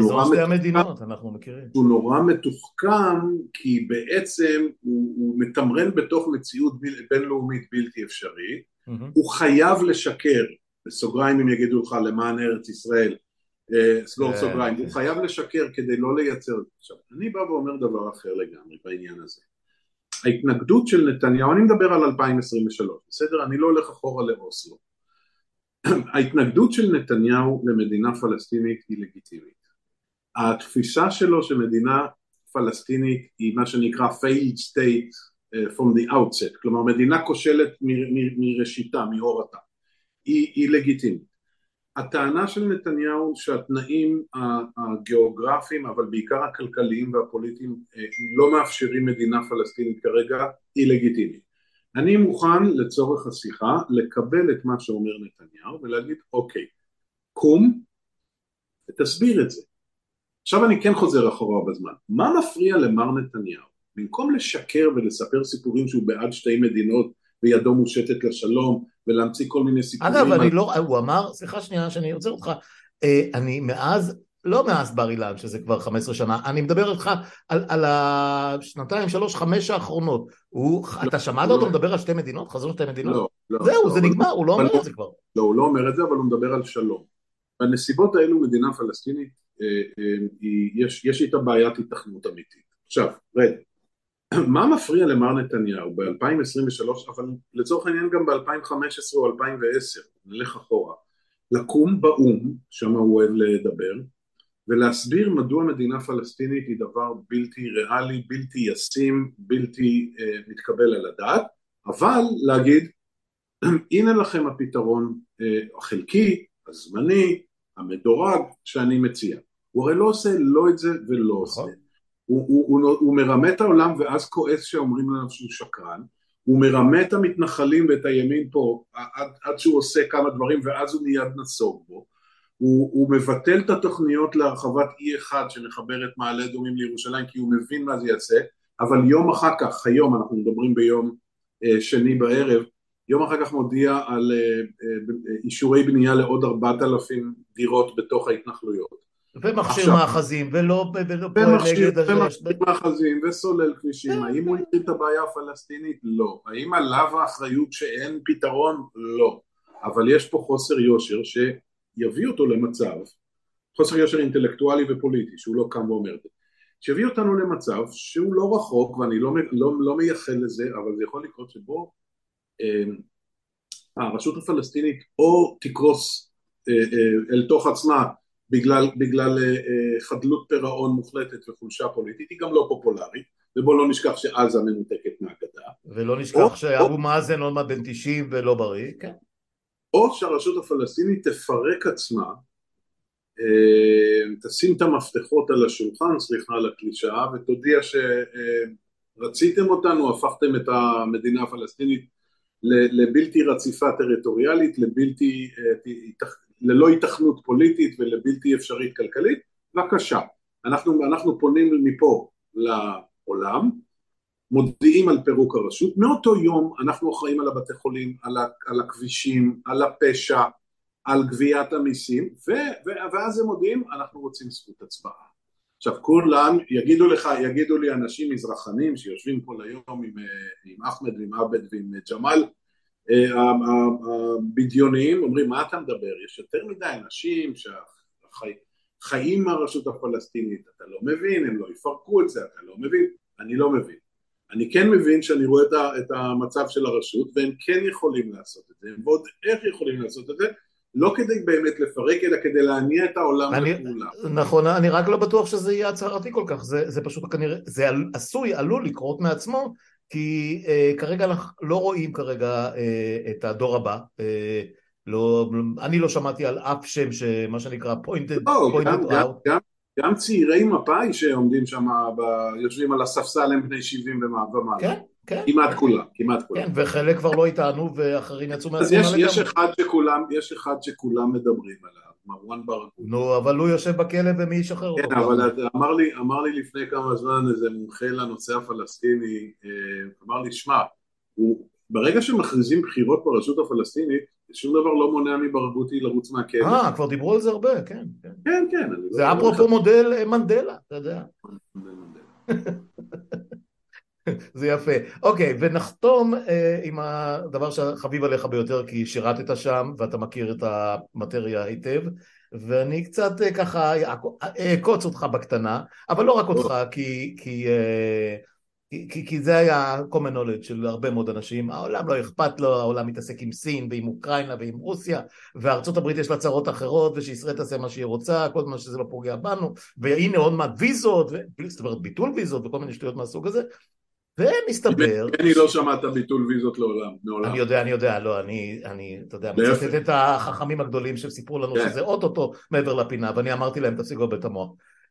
נורא מתוחכם, כי בעצם הוא מתמרן בתוך מציאות בינלאומית בלתי אפשרית, הוא חייב לשקר, בסוגריים אם יגידו לך למען ארץ ישראל, סגור סוגריים, הוא חייב לשקר כדי לא לייצר. עכשיו, אני בא ואומר דבר אחר לגמרי בעניין הזה. ההתנגדות של נתניהו, אני מדבר על 2023, בסדר? אני לא הולך אחורה לאוסלו. ההתנגדות של נתניהו למדינה פלסטינית היא לגיטימית. התפיסה שלו שמדינה פלסטינית היא מה שנקרא failed state from the outset, כלומר מדינה כושלת מראשיתה, מהורתה. היא לגיטימית. הטענה של נתניהו שהתנאים הגיאוגרפיים אבל בעיקר הכלכליים והפוליטיים לא מאפשרים מדינה פלסטינית כרגע היא לגיטימית. אני מוכן לצורך השיחה לקבל את מה שאומר נתניהו ולהגיד אוקיי, קום ותסביר את זה. עכשיו אני כן חוזר אחורה בזמן. מה מפריע למר נתניהו במקום לשקר ולספר סיפורים שהוא בעד שתי מדינות וידו מושטת לשלום ולהמציא כל מיני אגב, סיפורים על... הוא אמר, סליחה שנייה שאני עוצר אותך, אני מאז, לא מאז בר אילן, שזה כבר 15 שנה, אני מדבר איתך על השנתיים, שלוש, חמש האחרונות. לא, אתה שמעת הוא אותו לא, מדבר על שתי מדינות? חזון שתי מדינות? לא, לא, זהו, לא, זה נגמר, הוא לא אבל אומר את זה כבר. לא, הוא לא אומר את זה, אבל הוא מדבר על שלום. בנסיבות האלו מדינה פלסטינית, יש איתה בעיית התכנות אמיתית. עכשיו, רד, מה מפריע למר נתניהו ב-2023, אבל לצורך העניין גם ב-2015 או 2010, נלך אחורה, לקום באום, שם הוא אוהב לדבר, ולהסביר מדוע מדינה פלסטינית היא דבר בלתי ריאלי, בלתי ישים, בלתי מתקבל על הדעת, אבל להגיד, הנה לכם הפתרון החלקי, הזמני, המדורג שאני מציע. הוא הרי לא עושה לא את זה ולא עושה. נכון. הוא מרמה את העולם ואז כועס שאומרים לנו שהוא שקרן, הוא מרמה את המתנחלים ואת הימין פה עד שהוא עושה כמה דברים ואז הוא מיד נסוג בו, הוא מבטל את התוכניות להרחבת E1 שמחבר את מעלה אדומים לירושלים כי הוא מבין מה זה יעשה, אבל יום אחר כך, היום אנחנו מדברים ביום שני בערב, יום אחר כך מודיע על אישורי בנייה לעוד 4,000 דירות בתוך ההתנחלויות. ומכשיר עכשיו, מאחזים, ולא פועל נגד... ומכשיר מאחזים וסולל כבישים, האם הוא התחיל את הבעיה הפלסטינית? לא. האם עליו האחריות שאין פתרון? לא. אבל יש פה חוסר יושר שיביא אותו למצב, חוסר יושר אינטלקטואלי ופוליטי, שהוא לא קם ואומר את זה, שיביא אותנו למצב שהוא לא רחוק, ואני לא מייחל לזה, אבל זה יכול לקרות שבו הרשות הפלסטינית או תקרוס אל תוך עצמה בגלל חדלות פירעון מוחלטת וחולשה פוליטית, היא גם לא פופולרית, ובוא לא נשכח שעזה מנותקת מהגדה. ולא נשכח שאבו מאזן עוד מעט בן 90 ולא בריא, כן. או שהרשות הפלסטינית תפרק עצמה, תשים את המפתחות על השולחן, סליחה על הקלישאה, ותודיע שרציתם אותנו, הפכתם את המדינה הפלסטינית לבלתי רציפה טריטוריאלית, ללא התכנות פוליטית ולבלתי אפשרית כלכלית, בבקשה. אנחנו פונים מפה לעולם, מודיעים על פירוק הרשות, מאותו יום אנחנו אחראים על הבתי חולים, על הכבישים, על הפשע, על גביית המיסים, ואז הם מודיעים, אנחנו רוצים זכות הצבעה. עכשיו כולם, יגידו לי אנשים מזרחנים שיושבים כל היום עם אחמד ועם עבד ועם ג'מאל, הבדיוניים, אומרים מה אתה מדבר, יש יותר מדי אנשים שחיים מהרשות הפלסטינית, אתה לא מבין, הם לא יפרקו את זה, אתה לא מבין, אני לא מבין. אני כן מבין שאני רואה את המצב של הרשות, והם כן יכולים לעשות את זה, ועוד איך יכולים לעשות את זה, לא כדי באמת לפרק, אלא כדי להניע את העולם לפעולה. נכון, אני רק לא בטוח שזה יהיה הצהרתי כל כך, זה פשוט כנראה, זה עלול לקרות מעצמו, כי כרגע אנחנו לא רואים כרגע את הדור הבא, אני לא שמעתי על אף שם שמה שנקרא pointed out. גם צעירי מפא"י שעומדים שם, יושבים על הספסל הם בני 70 ומעלה. כן, כן. כמעט כולם. כן, וחלק כבר לא איתנו ואחרים יצאו מהתמונה לגמרי. יש אחד שכולם מדברים עליו, מרואן ברגותי. נו, אבל הוא יושב בכלא ומי ישחרר אותו. כן, אבל אמר לי לפני כמה זמן איזה מומחה לנושא הפלסטיני, אמר לי, שמע, ברגע שמכריזים בחירות ברשות הפלסטינית, שום דבר לא מונע מברגותי לרוץ מהכלא. כבר דיברו על זה הרבה, כן. כן, כן. זה אפרופו מודל מנדלה, אתה יודע. זה יפה. אוקיי, ונחתום עם הדבר שחביב עליך ביותר, כי שירתת שם ואתה מכיר את המטריה היטב, ואני קצת ככה אעקוץ אותך בקטנה, אבל לא רק אותך, כי זה היה common knowledge של הרבה מאוד אנשים, העולם לא אכפת לו, העולם מתעסק עם סין ועם אוקראינה ועם רוסיה, וארצות הברית יש לה צרות אחרות, ושישראל תעשה מה שהיא רוצה, כל מה שזה לא פוגע בנו, והנה עוד מעט ויזות, זאת אומרת ביטול ויזות וכל מיני שטויות מהסוג הזה, ומסתבר... אני לא שמעת ביטול ויזות לעולם. אני יודע, לא, אני, אתה יודע, מצטט את החכמים הגדולים שסיפרו לנו שזה אוטוטו מעבר לפינה, ואני אמרתי להם, תפסיקו בית המוח.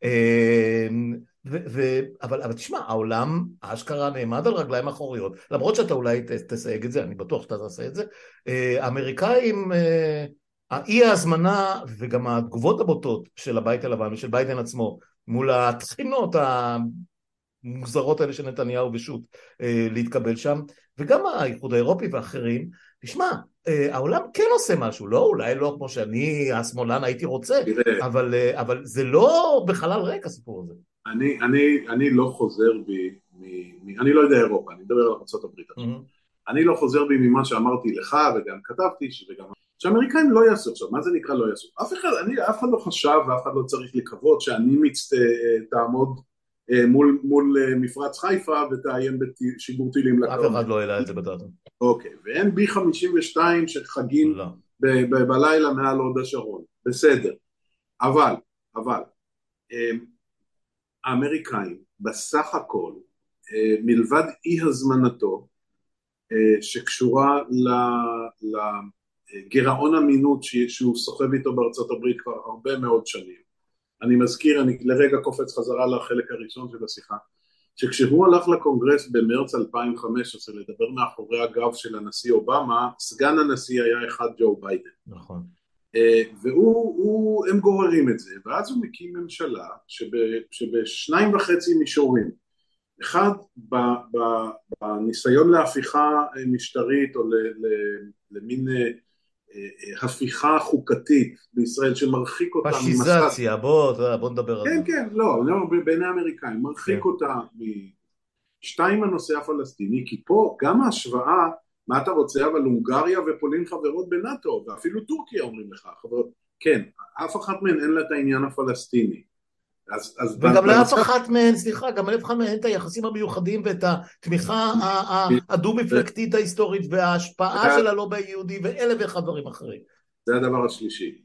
אבל תשמע, העולם האשכרה נעמד על רגליים אחוריות, למרות שאתה אולי תסייג את זה, אני בטוח שאתה תעשה את זה, האמריקאים, האי ההזמנה וגם התגובות הבוטות של הבית הלבן ושל ביידן עצמו, מול התחינות המוזרות האלה של נתניהו ושות להתקבל שם, וגם האיחוד האירופי ואחרים. תשמע, העולם כן עושה משהו, לא? אולי לא כמו שאני, השמאלן, הייתי רוצה, תראה, אבל זה לא בחלל ריק הסיפור הזה. אני לא חוזר בי, אני לא יודע אירופה, אני מדבר על ארצות הברית עכשיו. אני לא חוזר בי ממה שאמרתי לך וגם כתבתי, שהאמריקאים לא יעשו עכשיו, מה זה נקרא לא יעשו? אף אחד לא חשב ואף אחד לא צריך לקוות שאני תעמוד מול מפרץ חיפה ותאיים בשיגור טילים אף לכרמל. אחד לא העלה את זה בדעת. אוקיי, ואין בי 52 שחגים לא. בלילה מעל הוד השרון, בסדר, אבל האמריקאים בסך הכל, מלבד אי הזמנתו שקשורה לגירעון אמינות שהוא סוחב איתו בארצות הברית כבר הרבה מאוד שנים. אני מזכיר, אני לרגע קופץ חזרה לחלק הראשון של השיחה, שכשהוא הלך לקונגרס במרץ 2015 לדבר מאחורי הגב של הנשיא אובמה, סגן הנשיא היה אחד ג'ו ביידן. נכון. והם גוררים את זה, ואז הוא מקים ממשלה שבשניים וחצי מישורים. אחד, בניסיון להפיכה משטרית או למין הפיכה חוקתית בישראל שמרחיק אותה פשיזציה, בוא נדבר על זה. כן, כן, לא, בעיני האמריקאים, מרחיק אותה משתיים הנושא הפלסטיני, כי פה גם ההשוואה, מה אתה רוצה, אבל הונגריה ופולין חברות בנאטו, ואפילו טורקיה אומרים לך, חברות, כן, אף אחת מהן אין לה את העניין הפלסטיני. וגם לאף אחת מהן, סליחה, גם לאף אחת מהן את היחסים המיוחדים ואת התמיכה הדו-מפלגתית ההיסטורית וההשפעה של הלובי היהודי ואלף וחברים אחרים. זה הדבר השלישי.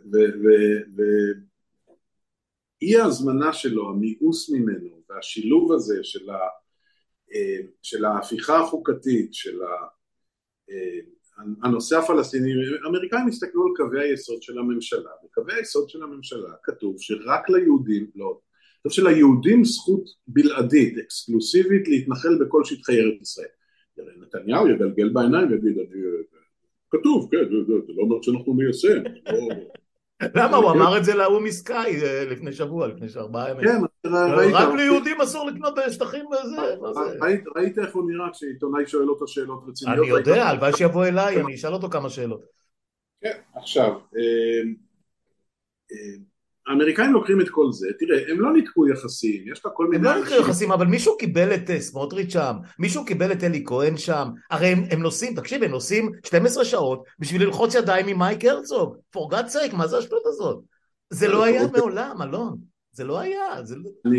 ואי ההזמנה שלו, המיאוס ממנו, והשילוב הזה של ההפיכה החוקתית, של הנושא הפלסטיני, האמריקאים הסתכלו על קווי היסוד של הממשלה, וקווי היסוד של הממשלה כתוב שרק ליהודים, לא, כתוב שליהודים זכות בלעדית, אקסקלוסיבית, להתנחל בכל שטחי ארץ ישראל. נתניהו יגלגל בעיניים ויגיד, כתוב, כן, זה לא אומר שאנחנו מיישם. למה? הוא אמר את זה לאו"ם סקאי לפני שבוע, לפני 4 ימים. כן, רק ליהודים אסור לקנות בשטחים וזה. ראית איך הוא נראה כשעיתונאי שואל אותו שאלות רציניות? אני יודע, הלוואי שיבוא אליי, אני אשאל אותו כמה שאלות. כן, עכשיו, האמריקאים לוקחים את כל זה, תראה, הם לא ניתקו יחסים, יש לה כל מיני... הם לא ניתקו יחסים, אבל מישהו קיבל את סמוטריץ' שם, מישהו קיבל את אלי כהן שם, הרי הם נוסעים, תקשיב, הם נוסעים 12 שעות בשביל ללחוץ ידיים עם מייק הרצוג, for God's sake, מה זה השטות הזאת? זה לא היה מעולם, אלון, זה לא היה. אני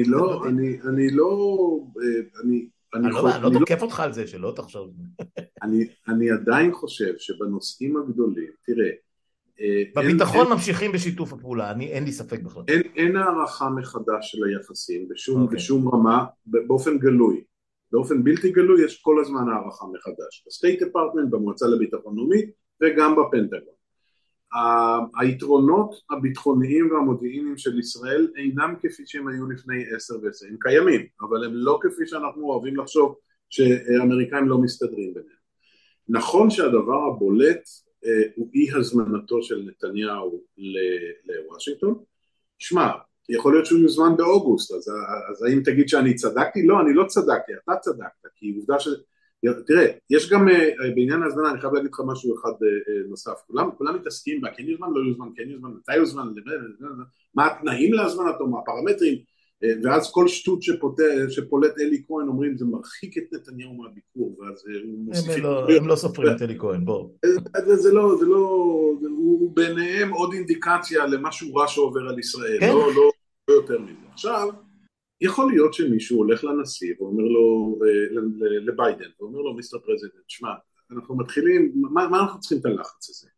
לא תוקף אותך על זה, שלא תחשוב. אני עדיין חושב שבנושאים הגדולים, תראה, בביטחון ממשיכים בשיתוף הפעולה, אין לי ספק בכלל. אין הערכה מחדש של היחסים בשום רמה, באופן גלוי. באופן בלתי גלוי יש כל הזמן הערכה מחדש. בסטייט דפרטמנט, במועצה לביטחון לאומי וגם בפנטגון. היתרונות הביטחוניים והמודיעיניים של ישראל אינם כפי שהם היו לפני 10 ו-20. הם קיימים, אבל הם לא כפי שאנחנו אוהבים לחשוב שהאמריקאים לא מסתדרים ביניהם. נכון שהדבר הבולט הוא אי הזמנתו של נתניהו לוושינגטון. שמע, יכול להיות שהוא יוזמן באוגוסט, אז האם תגיד שאני צדקתי? לא, אני לא צדקתי, אתה צדקת, כי עובדה ש... תראה, יש גם בעניין ההזמנה, אני חייב להגיד לך משהו אחד נוסף, כולם מתעסקים בה, כן יוזמן, לא יוזמן, כן יוזמן, מתי יוזמן, מה התנאים להזמנתו, מה הפרמטרים, ואז כל שטות שפולט אלי כהן אומרים זה מרחיק את נתניהו מהביקור, ואז הם לא סופרים את אלי כהן, בואו. זה לא, הוא ביניהם עוד אינדיקציה למשהו רע שעובר על ישראל, לא יותר מזה. עכשיו, יכול להיות שמישהו הולך לנשיא ואומר לו, לביידן, ואומר לו מיסטר פרזידנט, שמע, אנחנו מתחילים, מה אנחנו צריכים את הלחץ הזה?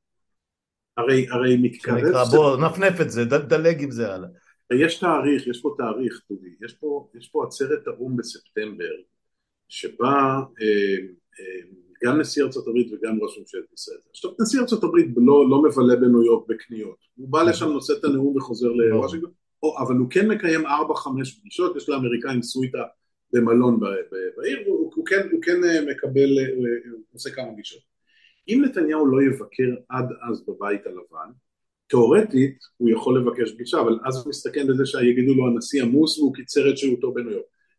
הרי מתקרב... בוא, נפנף את זה, דלג עם זה הלאה. יש תאריך, יש פה תאריך, טובי, יש פה עצרת האו"ם בספטמבר, שבה גם נשיא ארצות הברית וגם ראש ממשלת ישראל. עכשיו, נשיא ארצות הברית לא מבלה בניו יורק בקניות, הוא בא לשם, נושא את הנאום וחוזר לוושינגטון, אבל הוא כן מקיים 4-5 פגישות, יש לאמריקאים סוויטה במלון בעיר, הוא כן מקבל, הוא עושה כמה פגישות. אם נתניהו לא יבקר עד אז בבית הלבן, תיאורטית הוא יכול לבקש פגישה, אבל אז הוא מסתכן בזה שיגידו לו הנשיא עמוס והוא קיצר את שהותו בניו יורק.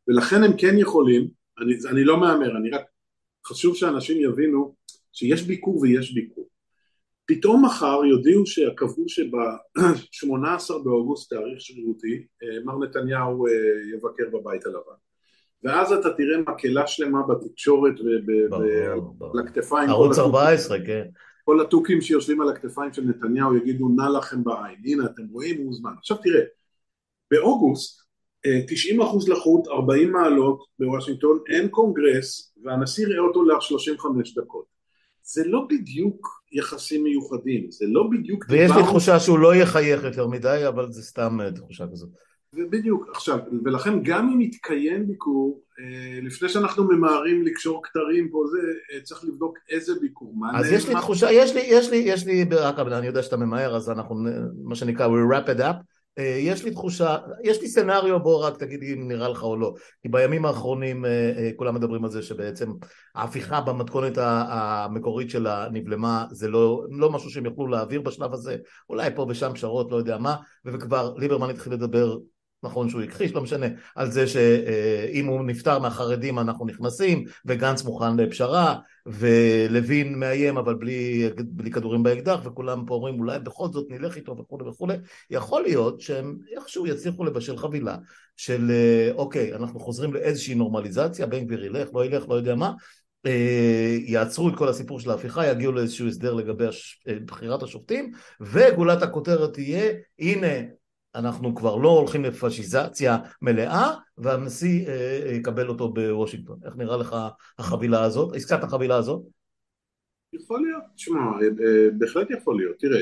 ולכן הם כן יכולים, אני לא מאמר, אני רק חשוב שאנשים יבינו שיש ביקור ויש ביקור. פתאום מחר יודיעו שקבעו שב-18 באוגוסט, תאריך שרירותי, מר נתניהו יבקר בבית הלבן. ואז אתה תראה מקהלה שלמה בתקשורת ברור, ועל ברור. הכתפיים, ערוץ 14, כן. כל התוכים שיושבים על הכתפיים של נתניהו יגידו נע לכם בעין, הנה אתם רואים, הוא זמן. עכשיו תראה, באוגוסט 90% לחות, 40 מעלות בוושינגטון, אין קונגרס, והנשיא ראה אותו ל-35 דקות. זה לא בדיוק יחסים מיוחדים, זה לא בדיוק... ויש לי תחושה שהוא לא יחייך יותר מדי, אבל זה סתם תחושה כזאת. ובדיוק, עכשיו, ולכן גם אם יתקיים ביקור, לפני שאנחנו ממהרים לקשור כתרים פה, זה צריך לבדוק איזה ביקור. אז יש לי תחושה, יש לי, רק אני יודע שאתה ממהר, אז אנחנו, מה שנקרא, we wrap it up, יש לי תחושה, יש לי סנריו, בוא רק תגיד אם נראה לך או לא, כי בימים האחרונים כולם מדברים על זה שבעצם ההפיכה במתכונת המקורית שלה נבלמה, זה לא משהו שהם יוכלו להעביר בשלב הזה, אולי פה ושם פשרות, לא יודע מה, וכבר ליברמן התחיל לדבר, נכון שהוא הכחיש, לא משנה, על זה שאם הוא נפטר מהחרדים אנחנו נכנסים, וגנץ מוכן לפשרה, ולוין מאיים אבל בלי כדורים באקדח, וכולם פה אומרים אולי בכל זאת נלך איתו וכו' וכו'. יכול להיות שהם איכשהו יצליחו לבשל חבילה של אוקיי, אנחנו חוזרים לאיזושהי נורמליזציה, בן גביר ילך, לא יודע מה, יעצרו את כל הסיפור של ההפיכה, יגיעו לאיזשהו הסדר לגבי בחירת השופטים, וגולת הכותרת תהיה, הנה אנחנו כבר לא הולכים לפשיזציה מלאה, והנשיא יקבל אותו בוושינגטון. איך נראה לך החבילה הזאת, עסקת החבילה הזאת? יכול להיות, תשמע, בהחלט יכול להיות. תראה,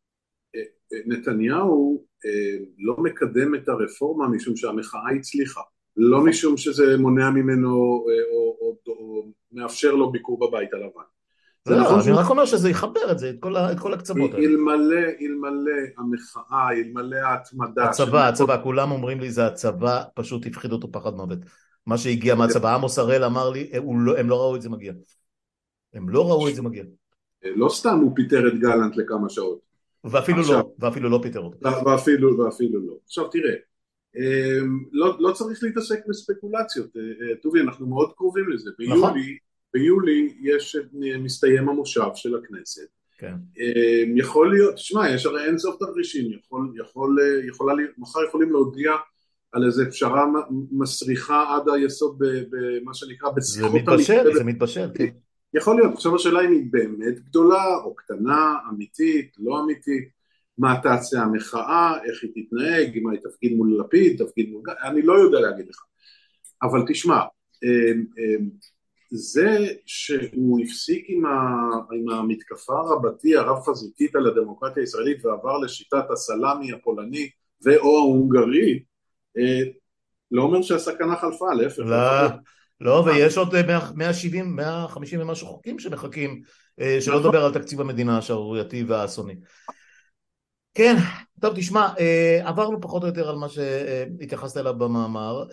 נתניהו לא מקדם את הרפורמה משום שהמחאה הצליחה, לא משום שזה מונע ממנו או מאפשר לו ביקור בבית הלבן. לא, אני רק אומר שזה יחבר את זה, את כל הקצוות האלה. אלמלא המחאה, אלמלא ההתמדה. הצבא, כולם אומרים לי זה הצבא, פשוט הפחיד אותו פחד מוות. מה שהגיע מהצבא, עמוס הראל אמר לי, הם לא ראו את זה מגיע. הם לא ראו את זה מגיע. לא סתם הוא פיטר את גלנט לכמה שעות. ואפילו לא פיטר אותו. ואפילו לא. עכשיו תראה, לא צריך להתעסק בספקולציות. טובי, אנחנו מאוד קרובים לזה. ביולי יש מסתיים המושב של הכנסת. כן. יכול להיות, תשמע, יש הרי אין סוף תרחישים, מחר יכולים להודיע על איזו פשרה מסריחה עד היסוד במה שנקרא בשיחות. זה מתבשל, כן. יכול להיות, עכשיו השאלה אם היא באמת גדולה או קטנה, אמיתית, לא אמיתית, מה תעשה המחאה, איך היא תתנהג, אם היא תפקיד מול לפיד, תפקיד מול... אני לא יודע להגיד לך. אבל תשמע, זה שהוא הפסיק עם המתקפה הרבתי הרב חזיתית על הדמוקרטיה הישראלית ועבר לשיטת הסלאמי הפולני ואו ההונגרי, לא אומר שהסכנה חלפה, להפך. לא, ויש עוד 170, 150 ומשהו חוקים שמחכים, שלא לדבר על תקציב המדינה השערורייתי והאסוני. כן, טוב, תשמע, עברנו פחות או יותר על מה שהתייחסת אליו במאמר.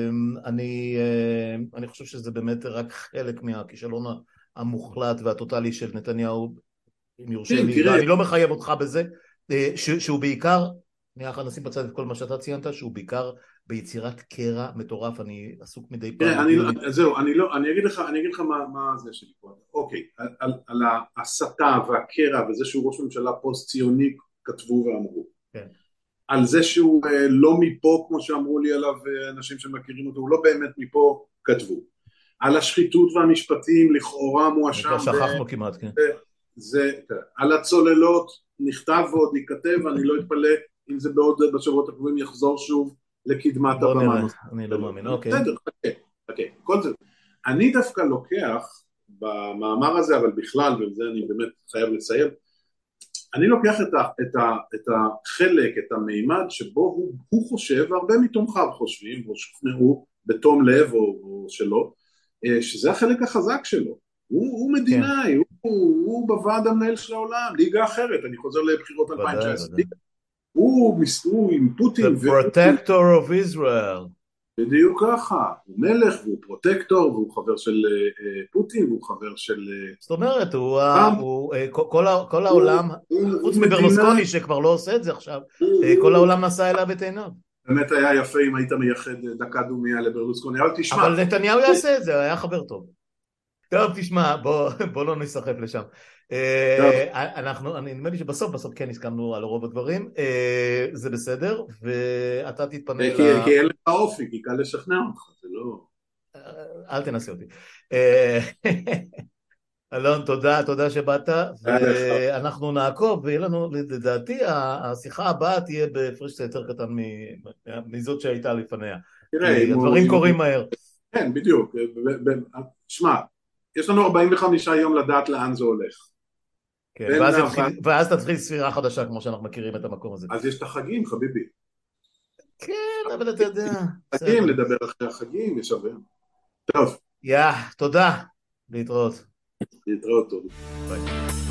אני חושב שזה באמת רק חלק מהכישלון המוחלט והטוטלי של נתניהו, אם יורשה לי, ואני לא מחייב אותך בזה, שהוא בעיקר, נשים בצד את כל מה שאתה ציינת, שהוא בעיקר ביצירת קרע מטורף. אני עסוק מדי פעם. זהו, אני אגיד לך מה זה שלי פה. אוקיי, על ההסתה והקרע וזה שהוא ראש ממשלה פוסט ציוני כתבו ואמרו. כן. על זה שהוא לא מפה, כמו שאמרו לי עליו אנשים שמכירים אותו, הוא לא באמת מפה, כתבו. על השחיתות והמשפטים לכאורה מואשם. שכחנו כמעט, כן. על הצוללות נכתב ועוד ייכתב, אני לא אתפלא אם זה בעוד בשבועות הקרובים יחזור שוב לקדמת הבמה. אני לא מאמין, אוקיי. בסדר, חכה, כל זה. אני דווקא לוקח במאמר הזה, אבל בכלל, וזה אני באמת חייב לציין, אני לוקח את החלק, את המימד שבו הוא חושב, והרבה מתומכיו חושבים, או שכנעו בתום לב או שלא, שזה החלק החזק שלו. הוא מדינאי, הוא בוועד המנהל של העולם, ליגה אחרת, אני חוזר לבחירות 2019. הוא עם פוטין. The protector of Israel. בדיוק ככה, הוא מלך והוא פרוטקטור והוא חבר של פוטין והוא חבר של... זאת אומרת, כל העולם, חוץ מברלוסקוני שכבר לא עושה את זה עכשיו, כל העולם נשא אליו את עיניו. באמת היה יפה אם היית מייחד דקה דומיה לברלוסקוני, אבל תשמע. אבל נתניהו יעשה את זה, היה חבר טוב. טוב, תשמע, בוא לא נסחף לשם. נדמה לי שבסוף כן הסכמנו על רוב הדברים, זה בסדר, ואתה תתפנה כי אין לך אופי, כי קל לשכנע אותך, זה לא... אל תנסה אותי. אלון, תודה שבאת, ואנחנו נעקוב, ויהיה לנו, לדעתי, השיחה הבאה תהיה בהפרש יותר קטן מזאת שהייתה לפניה. כי הדברים קורים מהר. כן, בדיוק. שמע, יש לנו 45 יום לדעת לאן זה הולך. כן, ואז תתחיל ספירה חדשה, כמו שאנחנו מכירים את המקום הזה. אז יש את החגים, חביבי. כן, אבל אתה יודע. חגים, לדבר אחרי החגים, יש הרבה. טוב. תודה. להתראות. להתראות טוב. ביי.